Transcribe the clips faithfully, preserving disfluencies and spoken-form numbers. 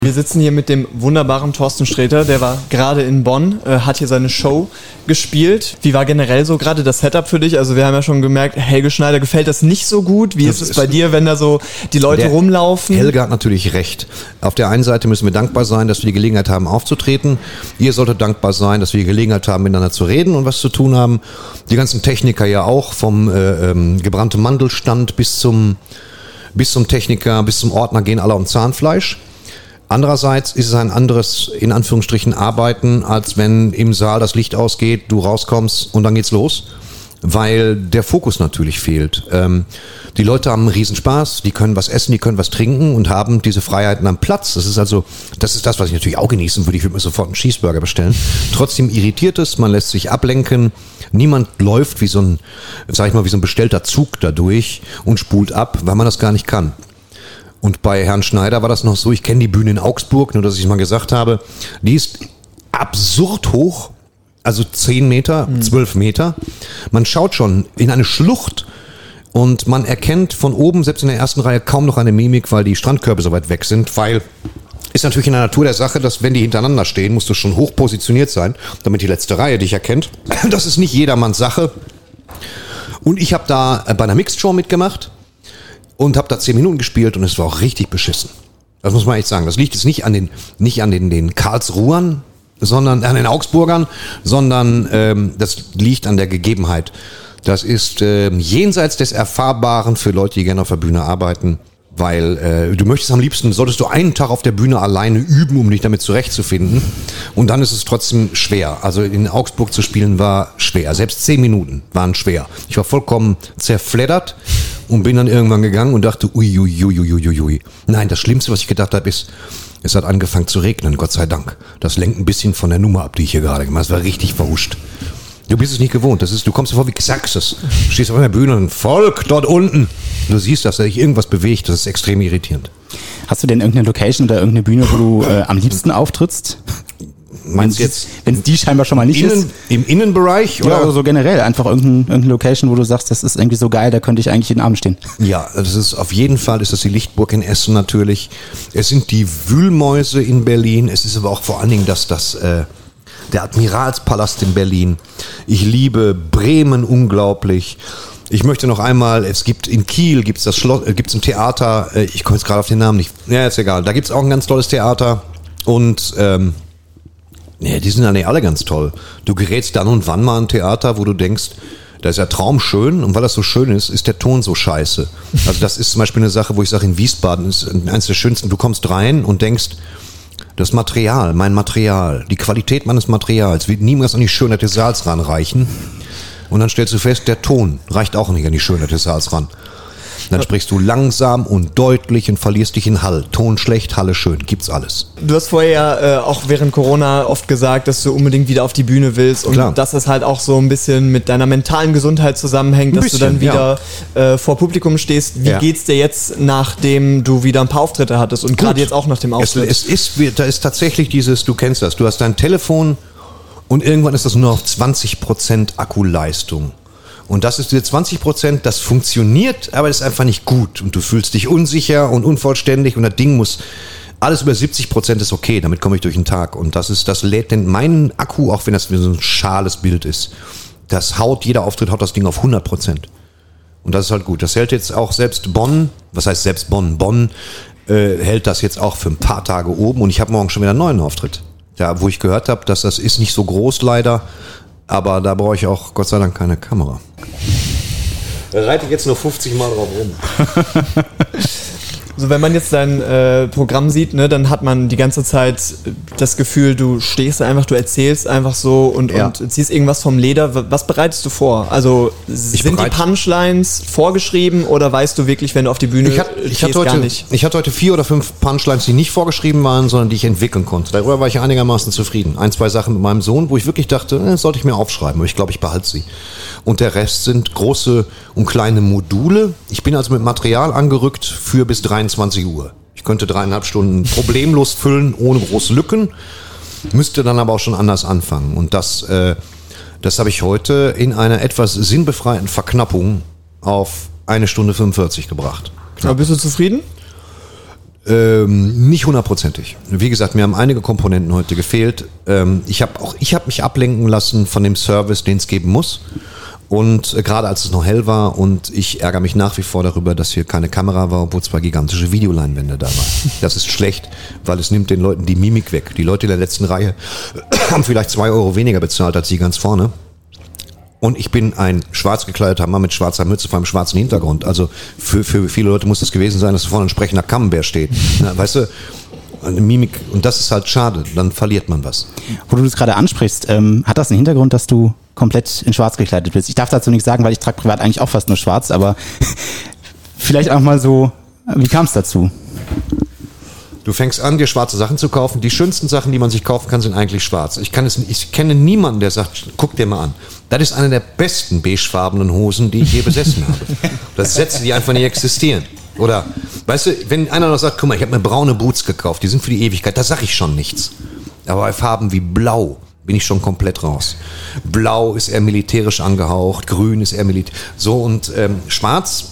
Wir sitzen hier mit dem wunderbaren Thorsten Sträter, der war gerade in Bonn, äh, hat hier seine Show gespielt. Wie war generell so gerade das Setup für dich? Also wir haben ja schon gemerkt, Helge Schneider gefällt das nicht so gut. Wie das ist es bei dir, wenn da so die Leute der rumlaufen? Helge hat natürlich recht. Auf der einen Seite müssen wir dankbar sein, dass wir die Gelegenheit haben aufzutreten. Ihr solltet dankbar sein, dass wir die Gelegenheit haben, miteinander zu reden und was zu tun haben. Die ganzen Techniker ja auch, vom äh, ähm, gebrannte Mandelstand bis zum, bis zum Techniker, bis zum Ordner gehen alle um Zahnfleisch. Andererseits ist es ein anderes, in Anführungsstrichen, Arbeiten, als wenn im Saal das Licht ausgeht, du rauskommst und dann geht's los, weil der Fokus natürlich fehlt. Ähm, die Leute haben einen Riesenspaß, die können was essen, die können was trinken und haben diese Freiheiten am Platz. Das ist also, das ist das, was ich natürlich auch genießen würde. Ich würde mir sofort einen Cheeseburger bestellen. Trotzdem irritiert es, man lässt sich ablenken. Niemand läuft wie so ein, sag ich mal, wie so ein bestellter Zug da durch und spult ab, weil man das gar nicht kann. Und bei Herrn Schneider war das noch so, ich kenne die Bühne in Augsburg, nur dass ich es mal gesagt habe, die ist absurd hoch, also zehn Meter, zwölf Meter. Man schaut schon in eine Schlucht und man erkennt von oben, selbst in der ersten Reihe, kaum noch eine Mimik, weil die Strandkörbe so weit weg sind, weil ist natürlich in der Natur der Sache, dass wenn die hintereinander stehen, musst du schon hoch positioniert sein, damit die letzte Reihe dich erkennt. Das ist nicht jedermanns Sache. Und ich habe da bei einer Mixed Show mitgemacht. Und habe da zehn Minuten gespielt und es war auch richtig beschissen. Das muss man echt sagen. Das liegt jetzt nicht an den, nicht an den, den Karlsruhern, sondern an den Augsburgern, sondern ähm, das liegt an der Gegebenheit. Das ist ähm, jenseits des Erfahrbaren für Leute, die gerne auf der Bühne arbeiten, weil äh, du möchtest am liebsten, solltest du einen Tag auf der Bühne alleine üben, um dich damit zurechtzufinden. Und dann ist es trotzdem schwer. Also in Augsburg zu spielen war schwer. Selbst zehn Minuten waren schwer. Ich war vollkommen zerfleddert. Und bin dann irgendwann gegangen und dachte, ui, ui, ui, ui, ui, ui. Nein, das Schlimmste, was ich gedacht habe, ist, es hat angefangen zu regnen, Gott sei Dank. Das lenkt ein bisschen von der Nummer ab, die ich hier gerade gemacht habe. Das war richtig verhuscht. Du bist es nicht gewohnt. Das ist, du kommst dir vor wie Xerxes. Du stehst auf einer Bühne und Volk dort unten. Du siehst, dass da sich irgendwas bewegt. Das ist extrem irritierend. Hast du denn irgendeine Location oder irgendeine Bühne, wo du äh, am liebsten auftrittst? Meinst du jetzt, wenn es die scheinbar schon mal nicht Innen, ist? Im Innenbereich? Oder? Ja, oder so generell. Einfach irgendeine, irgendeine Location, wo du sagst, das ist irgendwie so geil, da könnte ich eigentlich jeden Abend stehen. Ja, das ist auf jeden Fall, ist das die Lichtburg in Essen natürlich. Es sind die Wühlmäuse in Berlin. Es ist aber auch vor allen Dingen das, das, äh, der Admiralspalast in Berlin. Ich liebe Bremen unglaublich. Ich möchte noch einmal, es gibt in Kiel, gibt's das Schloss, äh, gibt's ein Theater, äh, ich komme jetzt gerade auf den Namen nicht. Ja, ist egal. Da gibt's auch ein ganz tolles Theater. Und, ähm, nee, die sind ja nicht alle ganz toll. Du gerätst dann und wann mal ein Theater, wo du denkst, da ist ja traumschön und weil das so schön ist, ist der Ton so scheiße. Also das ist zum Beispiel eine Sache, wo ich sage, in Wiesbaden ist eines der schönsten. Du kommst rein und denkst, das Material, mein Material, die Qualität meines Materials wird niemals an die Schönheit des Saals ranreichen. Und dann stellst du fest, der Ton reicht auch nicht an die Schönheit des Saals ran. Dann sprichst du langsam und deutlich und verlierst dich in Hall. Ton schlecht, Halle schön. Gibt's alles. Du hast vorher ja äh, auch während Corona oft gesagt, dass du unbedingt wieder auf die Bühne willst und Klar. dass es halt auch so ein bisschen mit deiner mentalen Gesundheit zusammenhängt, dass bisschen, du dann wieder ja. äh, vor Publikum stehst. Wie ja. geht's dir jetzt, nachdem du wieder ein paar Auftritte hattest und gerade jetzt auch nach dem Auftritt? Es, es ist, da ist tatsächlich dieses, du kennst das, du hast dein Telefon und irgendwann ist das nur auf zwanzig Prozent Akkuleistung. Und das ist diese zwanzig Prozent, das funktioniert, aber das ist einfach nicht gut. Und du fühlst dich unsicher und unvollständig und das Ding muss, alles über siebzig Prozent ist okay, damit komme ich durch den Tag. Und das ist, das lädt denn meinen Akku, auch wenn das wie so ein schales Bild ist, das haut, jeder Auftritt haut das Ding auf hundert Prozent. Und das ist halt gut. Das hält jetzt auch selbst Bonn, was heißt selbst Bonn? Bonn äh, hält das jetzt auch für ein paar Tage oben und ich habe morgen schon wieder einen neuen Auftritt. Ja, wo ich gehört habe, dass das ist nicht so groß leider, aber da brauche ich auch Gott sei Dank keine Kamera. Da reite ich jetzt nur fünfzig Mal drauf rum. So, wenn man jetzt dein äh, Programm sieht, ne, dann hat man die ganze Zeit das Gefühl, du stehst einfach, du erzählst einfach so und, ja. und ziehst irgendwas vom Leder. Was bereitest du vor? Also ich sind die Punchlines vorgeschrieben oder weißt du wirklich, wenn du auf die Bühne ich hat, ich stehst, hatte heute, gar nicht? Ich hatte heute vier oder fünf Punchlines, die nicht vorgeschrieben waren, sondern die ich entwickeln konnte. Darüber war ich einigermaßen zufrieden. Ein, zwei Sachen mit meinem Sohn, wo ich wirklich dachte, äh, sollte ich mir aufschreiben, aber ich glaube, ich behalte sie. Und der Rest sind große und kleine Module. Ich bin also mit Material angerückt für bis dreiundzwanzig Uhr. Ich könnte dreieinhalb Stunden problemlos füllen, ohne große Lücken, müsste dann aber auch schon anders anfangen. Und das, äh, das habe ich heute in einer etwas sinnbefreiten Verknappung auf eine Stunde fünfundvierzig gebracht. Aber bist du zufrieden? Ähm, nicht hundertprozentig. Wie gesagt, mir haben einige Komponenten heute gefehlt. Ähm, ich habe auch, ich habe mich ablenken lassen von dem Service, den es geben muss. Und äh, gerade als es noch hell war, und ich ärgere mich nach wie vor darüber, dass hier keine Kamera war, obwohl zwei gigantische Videoleinwände da waren. Das ist schlecht, weil es nimmt den Leuten die Mimik weg. Die Leute in der letzten Reihe haben vielleicht zwei Euro weniger bezahlt als die ganz vorne. Und ich bin ein schwarz gekleideter Mann mit schwarzer Mütze vor einem schwarzen Hintergrund. Also für, für viele Leute muss es gewesen sein, dass vorne ein sprechender Camembert steht. Na, weißt du, eine Mimik, und das ist halt schade, dann verliert man was. Wo du das gerade ansprichst, ähm, hat das einen Hintergrund, dass du komplett in schwarz gekleidet bist? Ich darf dazu nichts sagen, weil ich trage privat eigentlich auch fast nur schwarz, aber vielleicht auch mal so, wie kam es dazu? Du fängst an, dir schwarze Sachen zu kaufen. Die schönsten Sachen, die man sich kaufen kann, sind eigentlich schwarz. Ich, kann es, ich kenne niemanden, der sagt, guck dir mal an. Das ist eine der besten beigefarbenen Hosen, die ich je besessen habe. Das Sätze, die einfach nicht existieren. Oder, weißt du, wenn einer noch sagt, guck mal, ich habe mir braune Boots gekauft, die sind für die Ewigkeit, da sage ich schon nichts. Aber bei Farben wie Blau bin ich schon komplett raus. Blau ist eher militärisch angehaucht, Grün ist eher militärisch. So, und ähm, Schwarz...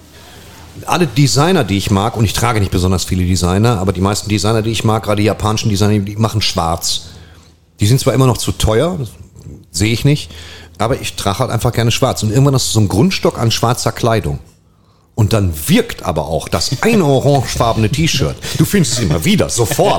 Alle Designer, die ich mag, und ich trage nicht besonders viele Designer, aber die meisten Designer, die ich mag, gerade die japanischen Designer, die machen schwarz. Die sind zwar immer noch zu teuer, das sehe ich nicht, aber ich trage halt einfach gerne schwarz. Und irgendwann hast du so einen Grundstock an schwarzer Kleidung. Und dann wirkt aber auch das eine orangefarbene T-Shirt. Du findest es immer wieder, sofort.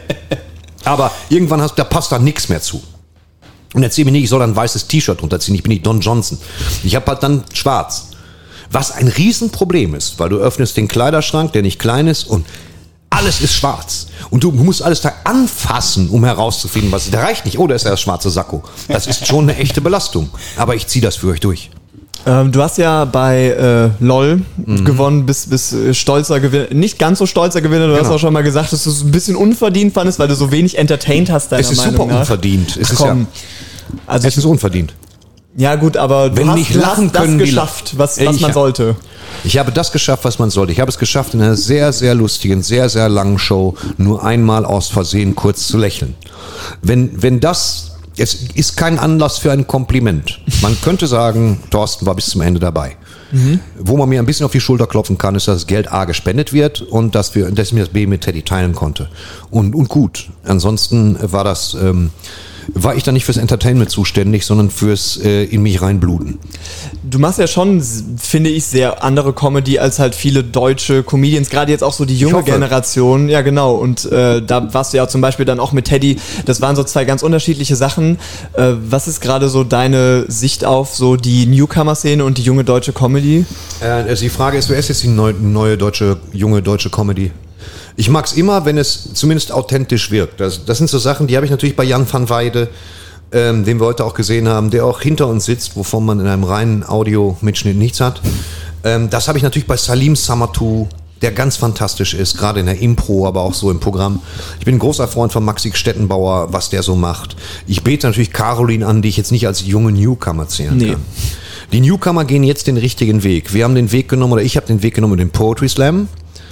Aber irgendwann hast, da passt da nichts mehr zu. Und erzähl mir nicht, ich soll ein weißes T-Shirt runterziehen, ich bin nicht Don Johnson. Ich habe halt dann schwarz. Was ein Riesenproblem ist, weil du öffnest den Kleiderschrank, der nicht klein ist, und alles ist schwarz. Und du musst alles da anfassen, um herauszufinden, was ist. Da reicht nicht, oh, da ist ja das schwarze Sakko. Das ist schon eine echte Belastung. Aber ich ziehe das für euch durch. Ähm, du hast ja bei äh, LOL mhm. gewonnen, bist, bist äh, stolzer Gewinner, nicht ganz so stolzer Gewinner. Du genau. hast auch schon mal gesagt, dass du es ein bisschen unverdient fandest, weil du so wenig entertained hast, deiner Es ist Meinung super nach. unverdient. Es Ach, ist, komm. ja, also es ist unverdient. Ja gut, aber du Wenn hast, nicht du lachen hast das können, geschafft, was, was ich, man sollte. Ich habe das geschafft, was man sollte. Ich habe es geschafft, in einer sehr, sehr lustigen, sehr, sehr langen Show nur einmal aus Versehen kurz zu lächeln. Wenn, wenn das, es ist kein Anlass für ein Kompliment. Man könnte sagen, Thorsten war bis zum Ende dabei. Mhm. Wo man mir ein bisschen auf die Schulter klopfen kann, ist, dass das Geld A gespendet wird und dass, wir, dass ich mir das B mit Teddy teilen konnte. Und, und gut. Ansonsten war das... Ähm, war ich da nicht fürs Entertainment zuständig, sondern fürs äh, in mich reinbluten. Du machst ja schon, finde ich, sehr andere Comedy als halt viele deutsche Comedians, gerade jetzt auch so die junge Generation. Ja, genau. Und äh, da warst du ja zum Beispiel dann auch mit Teddy. Das waren so zwei ganz unterschiedliche Sachen. Äh, was ist gerade so deine Sicht auf so die Newcomer-Szene und die junge deutsche Comedy? Äh, also die Frage ist, wer ist jetzt die neue, neue deutsche, junge deutsche Comedy? Ich mag's immer, wenn es zumindest authentisch wirkt. Das, das sind so Sachen, die habe ich natürlich bei Jan van Weide, ähm, den wir heute auch gesehen haben, der auch hinter uns sitzt, wovon man in einem reinen Audio-Mitschnitt nichts hat. Ähm, das habe ich natürlich bei Salim Samatou, der ganz fantastisch ist, gerade in der Impro, aber auch so im Programm. Ich bin ein großer Freund von Maxi Stettenbauer, was der so macht. Ich bete natürlich Caroline an, die ich jetzt nicht als junge Newcomer zählen nee. kann. Die Newcomer gehen jetzt den richtigen Weg. Wir haben den Weg genommen, oder ich habe den Weg genommen mit dem Poetry Slam.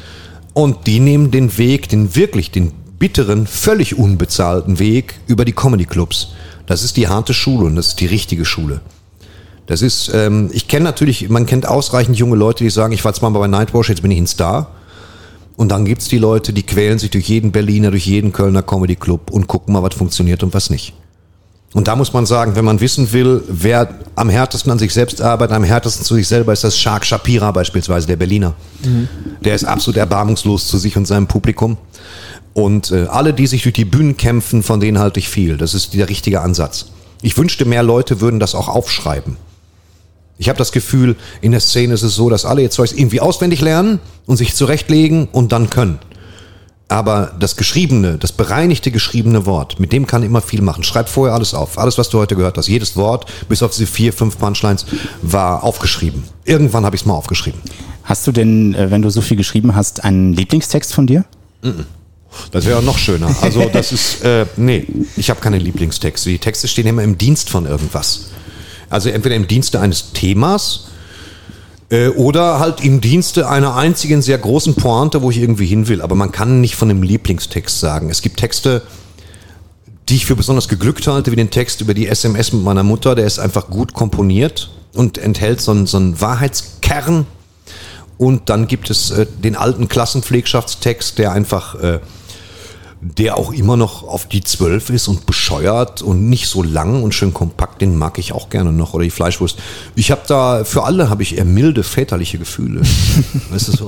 Und die nehmen den Weg, den wirklich, den bitteren, völlig unbezahlten Weg über die Comedy-Clubs. Das ist die harte Schule und das ist die richtige Schule. Das ist, ähm, ich kenne natürlich, man kennt ausreichend junge Leute, die sagen, ich war zwar mal bei Nightwash, jetzt bin ich ein Star. Und dann gibt's die Leute, die quälen sich durch jeden Berliner, durch jeden Kölner Comedy-Club und gucken mal, was funktioniert und was nicht. Und da muss man sagen, wenn man wissen will, wer am härtesten an sich selbst arbeitet, am härtesten zu sich selber, ist das Shark Shapira beispielsweise, der Berliner. Mhm. Der ist absolut erbarmungslos zu sich und seinem Publikum. Und äh, alle, die sich durch die Bühnen kämpfen, von denen halte ich viel. Das ist der richtige Ansatz. Ich wünschte, mehr Leute würden das auch aufschreiben. Ich habe das Gefühl, in der Szene ist es so, dass alle ihr Zeug irgendwie auswendig lernen und sich zurechtlegen und dann können. Aber das geschriebene, das bereinigte geschriebene Wort, mit dem kann immer viel machen. Schreib vorher alles auf. Alles, was du heute gehört hast. Jedes Wort, bis auf diese vier, fünf Punchlines, war aufgeschrieben. Irgendwann habe ich es mal aufgeschrieben. Hast du denn, wenn du so viel geschrieben hast, einen Lieblingstext von dir? Das wäre noch schöner. Also das ist, äh, nee, ich habe keine Lieblingstexte. Die Texte stehen immer im Dienst von irgendwas. Also entweder im Dienste eines Themas, oder halt im Dienste einer einzigen sehr großen Pointe, wo ich irgendwie hin will. Aber man kann nicht von einem Lieblingstext sagen. Es gibt Texte, die ich für besonders geglückt halte, wie den Text über die S M S mit meiner Mutter. Der ist einfach gut komponiert und enthält so einen, so einen Wahrheitskern. Und dann gibt es äh, den alten Klassenpflegschaftstext, der einfach, äh, der auch immer noch auf die zwölf ist und bescheuert und nicht so lang und schön kompakt, den mag ich auch gerne noch. Oder die Fleischwurst. Ich habe da, für alle habe ich eher milde väterliche Gefühle. Weißt du so?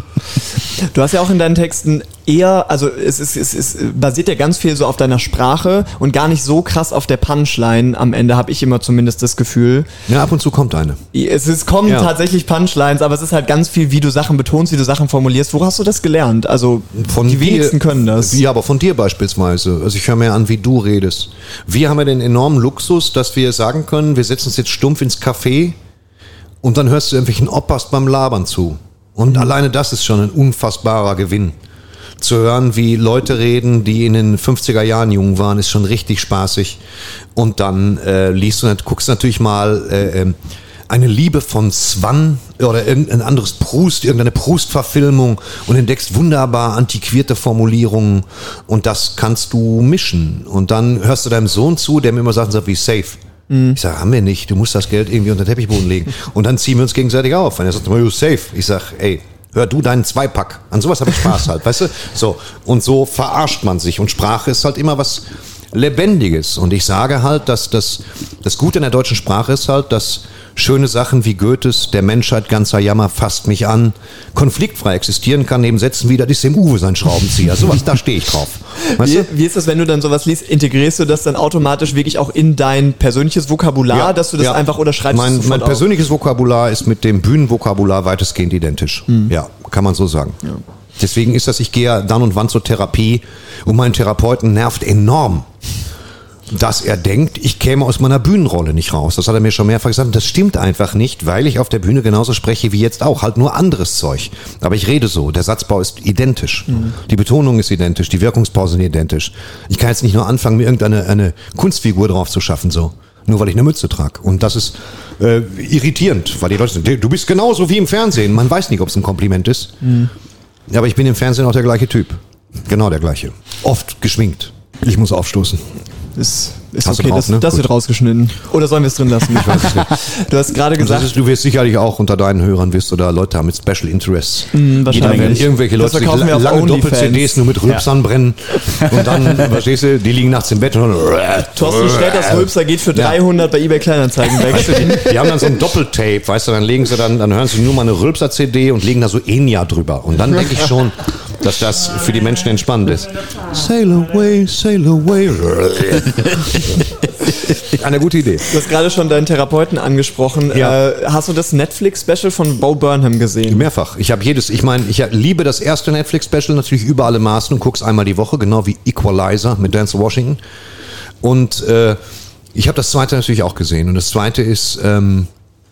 Du hast ja auch in deinen Texten eher, also es, ist, es, es basiert ja ganz viel so auf deiner Sprache und gar nicht so krass auf der Punchline am Ende, habe ich immer zumindest das Gefühl. Ja, ab und zu kommt eine. Es, es kommen ja. tatsächlich Punchlines, aber es ist halt ganz viel, wie du Sachen betonst, wie du Sachen formulierst. Wo hast du das gelernt? Also von die wenigsten dir, können das. Ja, aber von dir beispielsweise. Also ich höre mir an, wie du redest. Wir haben ja den enormen Luxus, dass wir sagen können, wir setzen uns jetzt stumpf ins Café und dann hörst du irgendwelchen Oppas beim Labern zu. Und mhm. alleine das ist schon ein unfassbarer Gewinn. Zu hören, wie Leute reden, die in den fünfziger Jahren jung waren, ist schon richtig spaßig. Und dann äh, liest du, guckst natürlich mal äh, eine Liebe von Swann oder irgendein anderes Proust, irgendeine Proust-Verfilmung und entdeckst wunderbar antiquierte Formulierungen und das kannst du mischen. Und dann hörst du deinem Sohn zu, der mir immer sagt, wie safe. Ich sage, haben wir nicht, du musst das Geld irgendwie unter den Teppichboden legen. Und dann ziehen wir uns gegenseitig auf. Und er sagt, you're safe. Ich sage, ey, hör du deinen Zweipack. An sowas habe ich Spaß halt, weißt du? So. Und so verarscht man sich. Und Sprache ist halt immer was Lebendiges. Und ich sage halt, dass das, das Gute in der deutschen Sprache ist halt, dass schöne Sachen wie Goethes, der Menschheit ganzer Jammer fasst mich an, konfliktfrei existieren kann, neben Sätzen wie, das ist dem Uwe sein Schraubenzieher. Sowas, da stehe ich drauf. Weißt wie, du? wie ist das, wenn du dann sowas liest, integrierst du das dann automatisch wirklich auch in dein persönliches Vokabular, ja, dass du das ja. einfach oder schreibst mein, du mein persönliches Vokabular ist mit dem Bühnenvokabular weitestgehend identisch. Mhm. Ja, kann man so sagen. Ja. Deswegen ist das, ich gehe ja dann und wann zur Therapie und mein Therapeuten nervt enorm, dass er denkt, ich käme aus meiner Bühnenrolle nicht raus. Das hat er mir schon mehrfach gesagt. Das stimmt einfach nicht, weil ich auf der Bühne genauso spreche wie jetzt auch. Halt nur anderes Zeug. Aber ich rede so. Der Satzbau ist identisch. Mhm. Die Betonung ist identisch. Die Wirkungspausen sind identisch. Ich kann jetzt nicht nur anfangen, mir irgendeine eine Kunstfigur drauf zu schaffen, so. Nur weil ich eine Mütze trage. Und das ist äh, irritierend, weil die Leute sagen, du bist genauso wie im Fernsehen. Man weiß nicht, ob es ein Kompliment ist. Mhm. Aber ich bin im Fernsehen auch der gleiche Typ. Genau der gleiche. Oft geschminkt. Ich muss aufstoßen. Ist, ist okay, drauf, das, ne? das wird rausgeschnitten. Oder sollen wir es drin lassen? Ich weiß es nicht. Du hast gerade gesagt... Ist, du wirst sicherlich auch unter deinen Hörern wirst oder Leute haben mit Special Interests. Mm, wahrscheinlich. Werden irgendwelche Leute sich la- lange Doppel-C Ds nur mit Rülpsern ja. brennen. Und dann, verstehst du, die liegen nachts im Bett und dann... Thorsten Sträters Rülpser geht für dreihundert ja. bei eBay Kleinanzeigen weg. Weißt du, die, die haben dann so ein Doppeltape, weißt du, dann legen sie dann, dann hören sie nur mal eine Rülpser-C D und legen da so Enya drüber. Und dann denke ich schon, dass das für die Menschen entspannend ist. Sail away, sail away. Eine gute Idee. Du hast gerade schon deinen Therapeuten angesprochen. Ja. Äh, hast du das Netflix-Special von Bo Burnham gesehen? Mehrfach. Ich habe jedes, ich meine, ich liebe das erste Netflix-Special natürlich über alle Maßen und guck's einmal die Woche, genau wie Equalizer mit Denzel Washington. Und äh, ich habe das zweite natürlich auch gesehen. Und das zweite ist, ähm,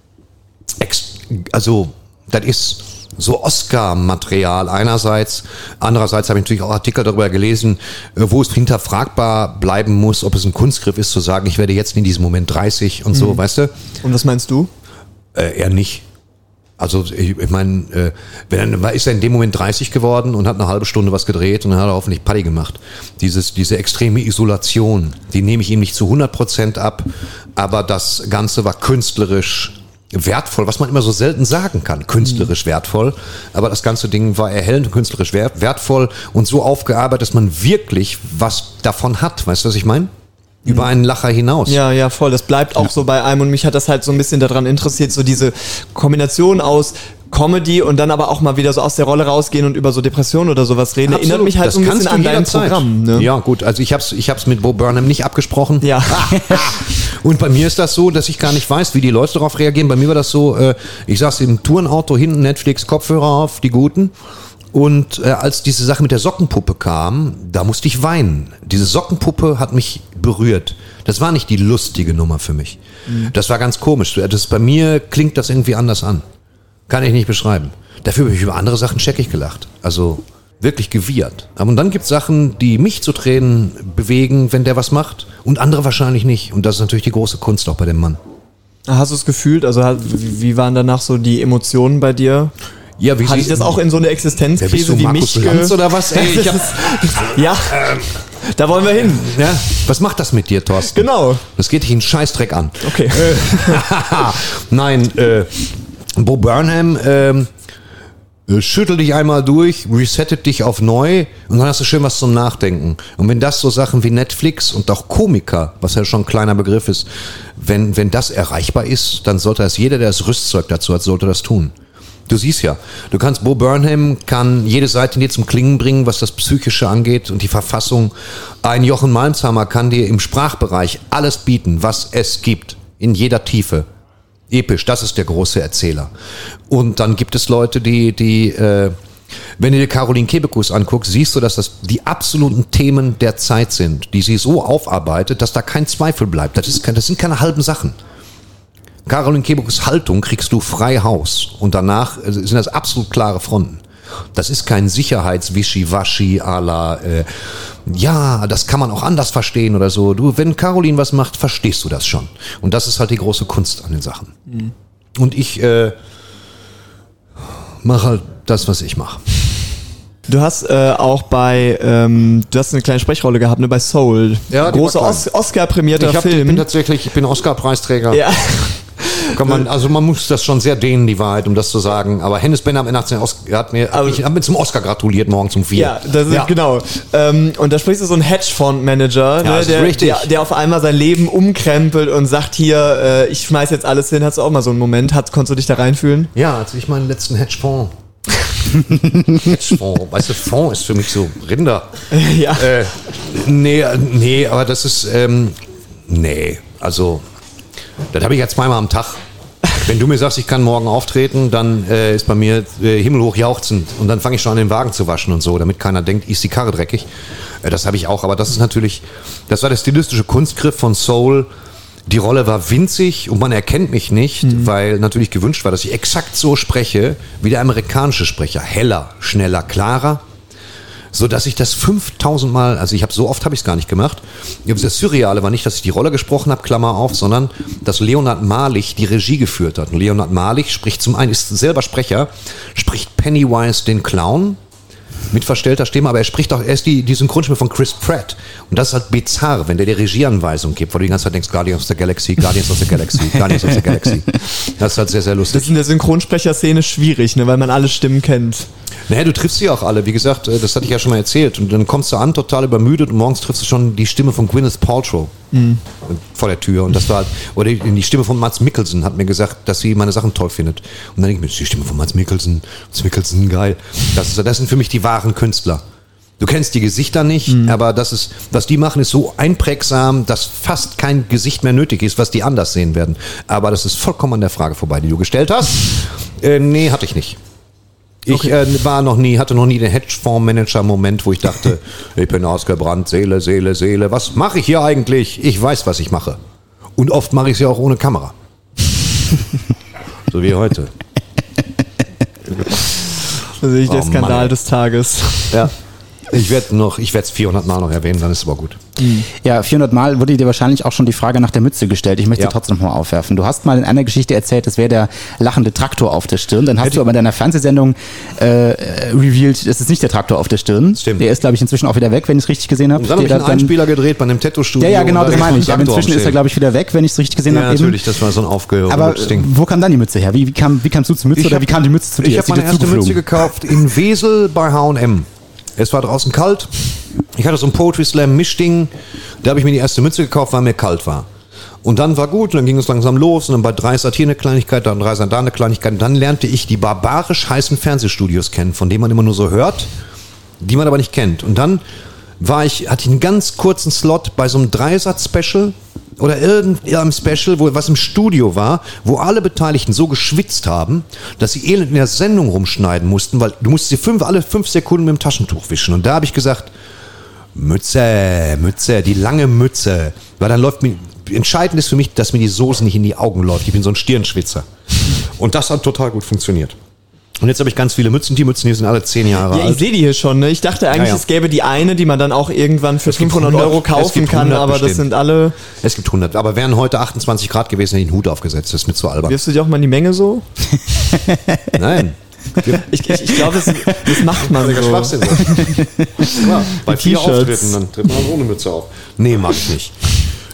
ex- also, das ist so Oscar-Material einerseits, andererseits habe ich natürlich auch Artikel darüber gelesen, wo es hinterfragbar bleiben muss, ob es ein Kunstgriff ist, zu sagen, ich werde jetzt in diesem Moment dreißig und mhm. so, weißt du? Und was meinst du? Äh, eher nicht. Also ich, ich meine, äh, wenn er ist er in dem Moment dreißig geworden und hat eine halbe Stunde was gedreht und dann hat er hoffentlich Party gemacht. Dieses, diese extreme Isolation, die nehme ich ihm nicht zu hundert Prozent ab, aber das Ganze war künstlerisch wertvoll, was man immer so selten sagen kann, künstlerisch mhm. wertvoll, aber das ganze Ding war erhellend und künstlerisch wert, wertvoll und so aufgearbeitet, dass man wirklich was davon hat, weißt du, was ich meine? Über einen Lacher hinaus. Ja, ja, voll. Das bleibt auch ja. so bei einem und mich hat das halt so ein bisschen daran interessiert, so diese Kombination aus Comedy und dann aber auch mal wieder so aus der Rolle rausgehen und über so Depressionen oder sowas reden. Absolut. Erinnert mich halt das so ein bisschen an dein Programm. Ne? Ja, gut. Also ich hab's, ich hab's mit Bo Burnham nicht abgesprochen. Ja. Und bei mir ist das so, dass ich gar nicht weiß, wie die Leute darauf reagieren. Bei mir war das so, äh, ich saß im Tourenauto, hinten Netflix, Kopfhörer auf, die guten. Und äh, als diese Sache mit der Sockenpuppe kam, da musste ich weinen. Diese Sockenpuppe hat mich berührt. Das war nicht die lustige Nummer für mich. Mhm. Das war ganz komisch. Das, bei mir klingt das irgendwie anders an. Kann ich nicht beschreiben. Dafür habe ich über andere Sachen scheckig gelacht. Also wirklich gewiehert. Und dann gibt es Sachen, die mich zu Tränen bewegen, wenn der was macht. Und andere wahrscheinlich nicht. Und das ist natürlich die große Kunst auch bei dem Mann. Hast du es gefühlt? Also wie waren danach so die Emotionen bei dir? Ja, wie hatte ich das auch in so eine Existenzkrise wie Markus mich Lanz oder was? Ey, ich hab, ja, da wollen wir hin. Ja, was macht das mit dir, Thorsten? Genau. Das geht dich einen Scheißdreck an. Okay. Nein, äh, Bo Burnham, äh, schüttel dich einmal durch, resettet dich auf neu und dann hast du schön was zum Nachdenken. Und wenn das so Sachen wie Netflix und auch Komiker, was ja schon ein kleiner Begriff ist, wenn, wenn das erreichbar ist, dann sollte das jeder, der das Rüstzeug dazu hat, sollte das tun. Du siehst ja, du kannst, Bo Burnham kann jede Seite dir zum Klingen bringen, was das Psychische angeht und die Verfassung. Ein Jochen Malmsheimer kann dir im Sprachbereich alles bieten, was es gibt, in jeder Tiefe. Episch, das ist der große Erzähler. Und dann gibt es Leute, die, die, äh, wenn du dir Caroline Kebekus anguckst, siehst du, dass das die absoluten Themen der Zeit sind, die sie so aufarbeitet, dass da kein Zweifel bleibt. Das ist, das sind keine halben Sachen. Caroline Kebekus Haltung kriegst du frei Haus und danach sind das absolut klare Fronten. Das ist kein Sicherheits-Wischiwaschi à la, äh, ja, das kann man auch anders verstehen oder so. Du, wenn Caroline was macht, verstehst du das schon. Und das ist halt die große Kunst an den Sachen. Mhm. Und ich äh, mache halt das, was ich mache. Du hast äh, auch bei, ähm, du hast eine kleine Sprechrolle gehabt, ne, bei Soul. Ja, großer Os- Oscar-prämierter ich hab, Film. Ich bin tatsächlich, ich bin Oscar-Preisträger. Ja. Kann man, also man muss das schon sehr dehnen, die Wahrheit, um das zu sagen. Aber Hennes Benner hat mir, hat mich, hat mir zum Oscar gratuliert morgen zum vier. Ja, das ist ja. Genau. Ähm, und da sprichst du so einen Hedgefonds-Manager, ja, ne, der, der, der auf einmal sein Leben umkrempelt und sagt hier, äh, ich schmeiß jetzt alles hin. Hast du auch mal so einen Moment? Hat, konntest du dich da reinfühlen? Ja, als ich meinen letzten Hedgefonds Hedgefonds, weißt du, Fonds ist für mich so Rinder. Ja. Äh, nee, nee, aber das ist, ähm, nee, also, das habe ich ja zweimal am Tag. Wenn du mir sagst, ich kann morgen auftreten, dann äh, ist bei mir äh, himmelhoch jauchzend und dann fange ich schon an, den Wagen zu waschen und so, damit keiner denkt, ist die Karre dreckig. Äh, das habe ich auch, aber das ist natürlich, das war der stilistische Kunstgriff von Soul. Die Rolle war winzig und man erkennt mich nicht, mhm. weil natürlich gewünscht war, dass ich exakt so spreche wie der amerikanische Sprecher. Heller, schneller, klarer. So dass ich das fünftausend Mal, also ich habe so oft habe ich es gar nicht gemacht. Das Surreale war nicht, dass ich die Rolle gesprochen habe, Klammer auf, sondern dass Leonard Malich die Regie geführt hat. Und Leonard Malich spricht zum einen, ist selber Sprecher, spricht Pennywise den Clown mit verstellter Stimme, aber er spricht auch, er ist die, die Synchronstimme von Chris Pratt. Und das ist halt bizarr, wenn der dir Regieanweisung gibt, wo du die ganze Zeit denkst, Guardians of the Galaxy, Guardians of the Galaxy, Guardians of the Galaxy. Das ist halt sehr, sehr lustig. Das ist in der Synchronsprecherszene schwierig, ne, weil man alle Stimmen kennt. Naja, du triffst sie auch alle. Wie gesagt, das hatte ich ja schon mal erzählt. Und dann kommst du an, total übermüdet und morgens triffst du schon die Stimme von Gwyneth Paltrow mhm. vor der Tür. Und das war halt, oder die Stimme von Mads Mikkelsen hat mir gesagt, dass sie meine Sachen toll findet. Und dann denke ich mir, die Stimme von Mads Mikkelsen, Mads Mikkelsen, geil. Das, ist, das sind für mich die wahren Künstler. Du kennst die Gesichter nicht, mhm. aber das ist, was die machen, ist so einprägsam, dass fast kein Gesicht mehr nötig ist, was die anders sehen werden. Aber das ist vollkommen an der Frage vorbei, die du gestellt hast. Äh, nee, hatte ich nicht. Ich okay. äh, war noch nie, hatte noch nie den Hedgefonds-Manager-Moment, wo ich dachte, ich bin ausgebrannt, Seele, Seele, Seele. Was mache ich hier eigentlich? Ich weiß, was ich mache. Und oft mache ich es ja auch ohne Kamera. So wie heute. Da sehe ich oh, der Skandal Mann. des Tages. Ja. Ich werde noch, ich werde es vierhundert Mal noch erwähnen, dann ist es aber gut. Ja, vierhundert Mal wurde dir wahrscheinlich auch schon die Frage nach der Mütze gestellt. Ich möchte ja. sie trotzdem noch mal aufwerfen. Du hast mal in einer Geschichte erzählt, es wäre der lachende Traktor auf der Stirn. Dann hast Hätte du aber in deiner Fernsehsendung äh, revealed, es ist nicht der Traktor auf der Stirn. Stimmt. Der ist, glaube ich, inzwischen auch wieder weg, wenn ich es richtig gesehen habe. Und dann habe ich einen Einspieler gedreht bei einem Tattoo-Studio. Ja, ja, genau, das meine ich. Aber inzwischen ist er, glaube ich, wieder weg, wenn ich es richtig gesehen ja, habe. Ja, natürlich, das war so ein aufgehobenes Aber Ding. Wo kam dann die Mütze her? Wie, wie, kam, wie kamst du zur Mütze ich oder hab, wie kam die Mütze zu dir? Ich habe meine erste Mütze gekauft in Wesel bei H und M. Es war draußen kalt. Ich hatte so ein Poetry Slam Mischding. Da habe ich mir die erste Mütze gekauft, weil mir kalt war. Und dann war gut, und dann ging es langsam los. Und dann bei Dreisat hier eine Kleinigkeit, dann Dreisat da eine Kleinigkeit. Und dann lernte ich die barbarisch heißen Fernsehstudios kennen, von denen man immer nur so hört, die man aber nicht kennt. Und dann war ich, hatte ich einen ganz kurzen Slot bei so einem Dreisat-Special oder irgendeinem Special, wo was im Studio war, wo alle Beteiligten so geschwitzt haben, dass sie elend in der Sendung rumschneiden mussten, weil du musstest sie fünf, alle fünf Sekunden mit dem Taschentuch wischen. Und da habe ich gesagt, Mütze, Mütze, die lange Mütze. Weil dann läuft mir, entscheidend ist für mich, dass mir die Soße nicht in die Augen läuft. Ich bin so ein Stirnschwitzer. Und das hat total gut funktioniert. Und jetzt habe ich ganz viele Mützen. Die Mützen hier sind alle zehn Jahre ja, alt. Ja, ich sehe die hier schon. Ne? Ich dachte eigentlich, ja, ja. es gäbe die eine, die man dann auch irgendwann für fünfhundert Euro kaufen kann, aber bestimmt. Das sind alle... Es gibt hundert. Aber wären heute achtundzwanzig Grad gewesen, hätte ich einen Hut aufgesetzt. Das ist mir zu albern. Wirfst du dich auch mal in die Menge so? Nein. Ich, ich, ich glaube, das, das macht man so. Schwachsinn. Ja, bei vier Auftritten, dann tritt man ohne Mütze auf. Nee, mag ich nicht.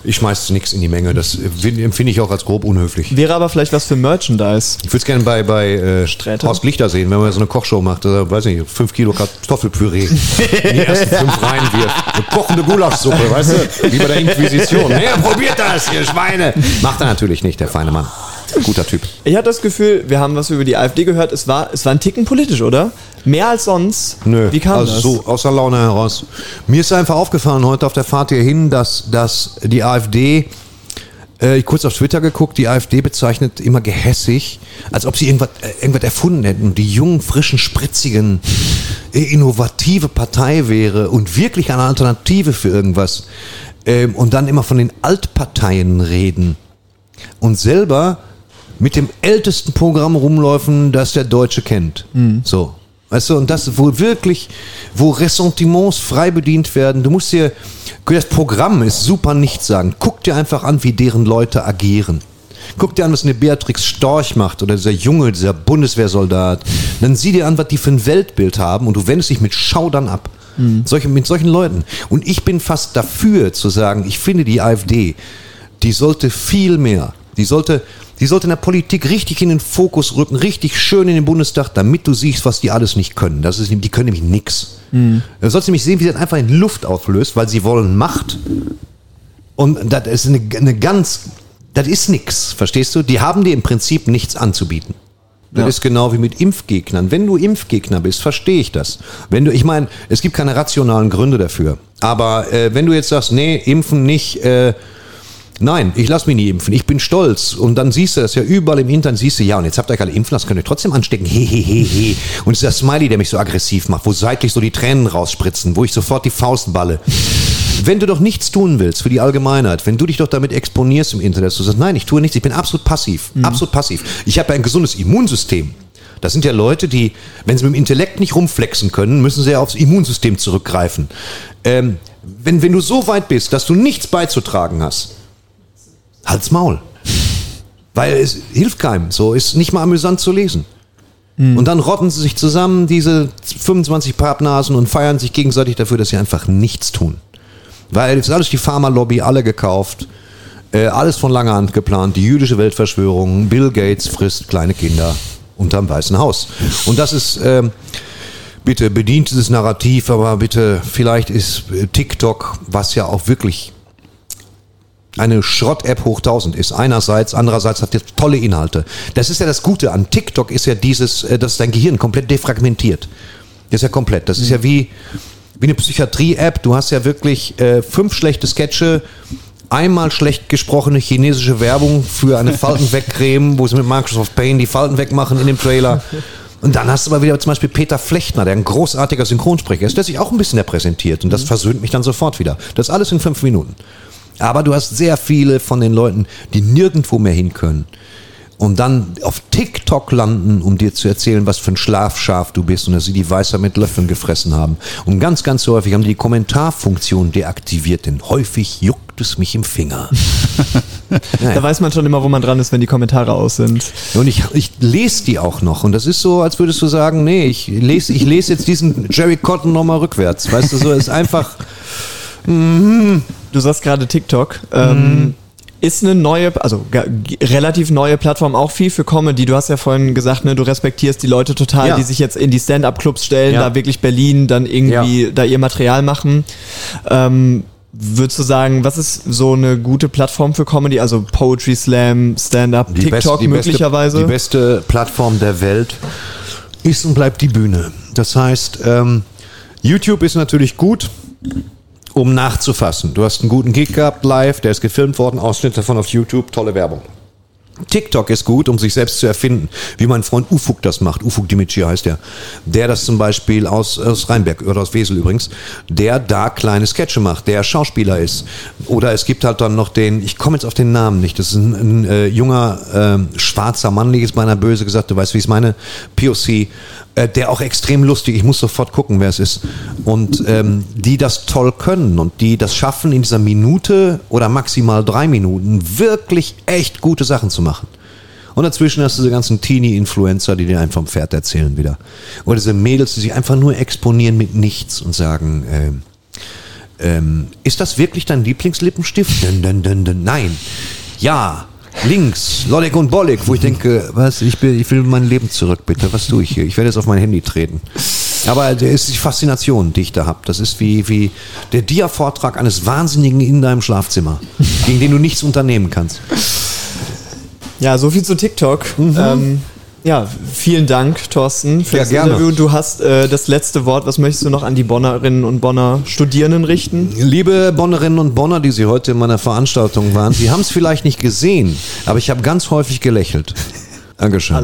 Ich schmeiß nichts in die Menge. Das empfinde ich auch als grob unhöflich. Wäre aber vielleicht was für Merchandise. Ich würde es gerne bei, bei äh, Horst Lichter sehen, wenn man so eine Kochshow macht. Also, weiß nicht, fünf Kilo Kartoffelpüree in die ersten fünf reinwirft. Eine kochende Gulaschsuppe, weißt du? Wie bei der Inquisition. Ja, probiert das, ihr Schweine. Macht er natürlich nicht, der feine Mann. Guter Typ. Ich hatte das Gefühl, wir haben was über die AfD gehört, es war, es war ein Ticken politisch, oder? Mehr als sonst? Nö, wie kam also das? So aus der Laune heraus. Mir ist einfach aufgefallen heute auf der Fahrt hierhin, dass, dass die AfD, äh, ich kurz auf Twitter geguckt, die AfD bezeichnet immer gehässig, als ob sie irgendwas, äh, irgendwas erfunden hätten und die jungen, frischen, spritzigen, äh, innovative Partei wäre und wirklich eine Alternative für irgendwas. Ähm, und dann immer von den Altparteien reden und selber mit dem ältesten Programm rumläufen, das der Deutsche kennt. Mhm. So. Weißt du, und das, wo wirklich, wo Ressentiments frei bedient werden. Du musst dir, das Programm ist super nichtssagend. Guck dir einfach an, wie deren Leute agieren. Guck dir an, was eine Beatrix Storch macht oder dieser Junge, dieser Bundeswehrsoldat. Dann sieh dir an, was die für ein Weltbild haben und du wendest dich mit Schaudern ab. Mhm. Solche, mit solchen Leuten. Und ich bin fast dafür zu sagen, ich finde die AfD, die sollte viel mehr, die sollte, die sollte in der Politik richtig in den Fokus rücken, richtig schön in den Bundestag, damit du siehst, was die alles nicht können. Das ist, die können nämlich nix. Mhm. Du sollst nämlich sehen, wie sie das einfach in Luft auflöst, weil sie wollen Macht. Und das ist eine, eine ganz, das ist nix, verstehst du? Die haben dir im Prinzip nichts anzubieten. Das ja. ist genau wie mit Impfgegnern. Wenn du Impfgegner bist, verstehe ich das. Wenn du, ich meine, es gibt keine rationalen Gründe dafür. Aber äh, wenn du jetzt sagst, nee, impfen nicht, äh, nein, ich lasse mich nie impfen, ich bin stolz. Und dann siehst du das ja überall im Internet, siehst du, ja, und jetzt habt ihr euch alle impfen lassen, könnt ihr trotzdem anstecken. He, he, he, he. Und es ist der Smiley, der mich so aggressiv macht, wo seitlich so die Tränen rausspritzen, wo ich sofort die Faust balle. Wenn du doch nichts tun willst für die Allgemeinheit, wenn du dich doch damit exponierst im Internet, dass du sagst, nein, ich tue nichts, ich bin absolut passiv, mhm. absolut passiv. Ich habe ja ein gesundes Immunsystem. Das sind ja Leute, die, wenn sie mit dem Intellekt nicht rumflexen können, müssen sie ja aufs Immunsystem zurückgreifen. Ähm, wenn, wenn du so weit bist, dass du nichts beizutragen hast, halt's Maul. Weil es hilft keinem. So ist nicht mal amüsant zu lesen. Mhm. Und dann rotten sie sich zusammen, diese fünfundzwanzig Pappnasen, und feiern sich gegenseitig dafür, dass sie einfach nichts tun. Weil es ist alles die Pharmalobby, alle gekauft, äh, alles von langer Hand geplant, die jüdische Weltverschwörung, Bill Gates frisst kleine Kinder unterm Weißen Haus. Und das ist, äh, bitte bedient dieses Narrativ, aber bitte, vielleicht ist TikTok, was ja auch wirklich eine Schrott-App hoch tausend ist, einerseits, andererseits hat jetzt tolle Inhalte. Das ist ja das Gute an TikTok, ist ja dieses, dass dein Gehirn komplett defragmentiert. Das ist ja komplett. Das ist ja wie, wie eine Psychiatrie-App. Du hast ja wirklich äh, fünf schlechte Sketche, einmal schlecht gesprochene chinesische Werbung für eine Faltenwegcreme, wo sie mit Microsoft Paint die Falten wegmachen in dem Trailer. Und dann hast du aber wieder zum Beispiel Peter Flechtner, der ein großartiger Synchronsprecher ist, der sich auch ein bisschen repräsentiert. Und das versöhnt mich dann sofort wieder. Das alles in fünf Minuten. Aber du hast sehr viele von den Leuten, die nirgendwo mehr hin können und dann auf TikTok landen, um dir zu erzählen, was für ein Schlafschaf du bist und dass sie die Weißer mit Löffeln gefressen haben. Und ganz, ganz häufig haben die die Kommentarfunktion deaktiviert, denn häufig juckt es mich im Finger. Naja. Da weiß man schon immer, wo man dran ist, wenn die Kommentare aus sind. Und ich, ich lese die auch noch. Und das ist so, als würdest du sagen, nee, ich lese, ich lese jetzt diesen Jerry Cotton nochmal rückwärts. Weißt du, so ist einfach... Mm, Du sagst gerade TikTok. Ähm, mhm. Ist eine neue, also g- relativ neue Plattform auch viel für Comedy. Du hast ja vorhin gesagt, ne, du respektierst die Leute total, ja. die sich jetzt in die Stand-Up-Clubs stellen, ja. da wirklich Berlin dann irgendwie ja. da ihr Material machen. Ähm, würdest du sagen, was ist so eine gute Plattform für Comedy? Also Poetry Slam, Stand-Up, die TikTok best, die möglicherweise? Beste, die beste Plattform der Welt ist und bleibt die Bühne. Das heißt, ähm, YouTube ist natürlich gut, um nachzufassen. Du hast einen guten Gig gehabt, live, der ist gefilmt worden, Ausschnitt davon auf YouTube, tolle Werbung. TikTok ist gut, um sich selbst zu erfinden, wie mein Freund Ufuk das macht. Ufuk Dimitri heißt der. Der das zum Beispiel aus, aus Rheinberg oder aus Wesel übrigens, der da kleine Sketche macht, der Schauspieler ist. Oder es gibt halt dann noch den, ich komme jetzt auf den Namen nicht, das ist ein, ein äh, junger, äh, schwarzer Mann, ist beinahe böse gesagt, du weißt, wie ich es meine, P O C, äh, der auch extrem lustig, ich muss sofort gucken, wer es ist. Und ähm, die das toll können und die das schaffen, in dieser Minute oder maximal drei Minuten wirklich echt gute Sachen zu machen. Und dazwischen hast du diese ganzen Teenie-Influencer, die dir einfach vom Pferd erzählen wieder. Oder diese Mädels, die sich einfach nur exponieren mit nichts und sagen, ähm, ist das wirklich dein Lieblingslippenstift? Dun, dun, dun, dun. Nein. Ja. Links, Lollig und Bollig, wo ich denke, was, ich, will, ich will mein Leben zurück, bitte, was tue ich hier? Ich werde jetzt auf mein Handy treten. Aber es ist die Faszination, die ich da habe. Das ist wie, wie der Dia-Vortrag eines Wahnsinnigen in deinem Schlafzimmer, gegen den du nichts unternehmen kannst. Ja, so viel zu TikTok. Mhm. Ähm, ja, vielen Dank, Thorsten, für ja, das gerne. Interview. Du hast äh, das letzte Wort. Was möchtest du noch an die Bonnerinnen und Bonner Studierenden richten? Liebe Bonnerinnen und Bonner, die Sie heute in meiner Veranstaltung waren, Sie haben es vielleicht nicht gesehen, aber ich habe ganz häufig gelächelt. Dankeschön.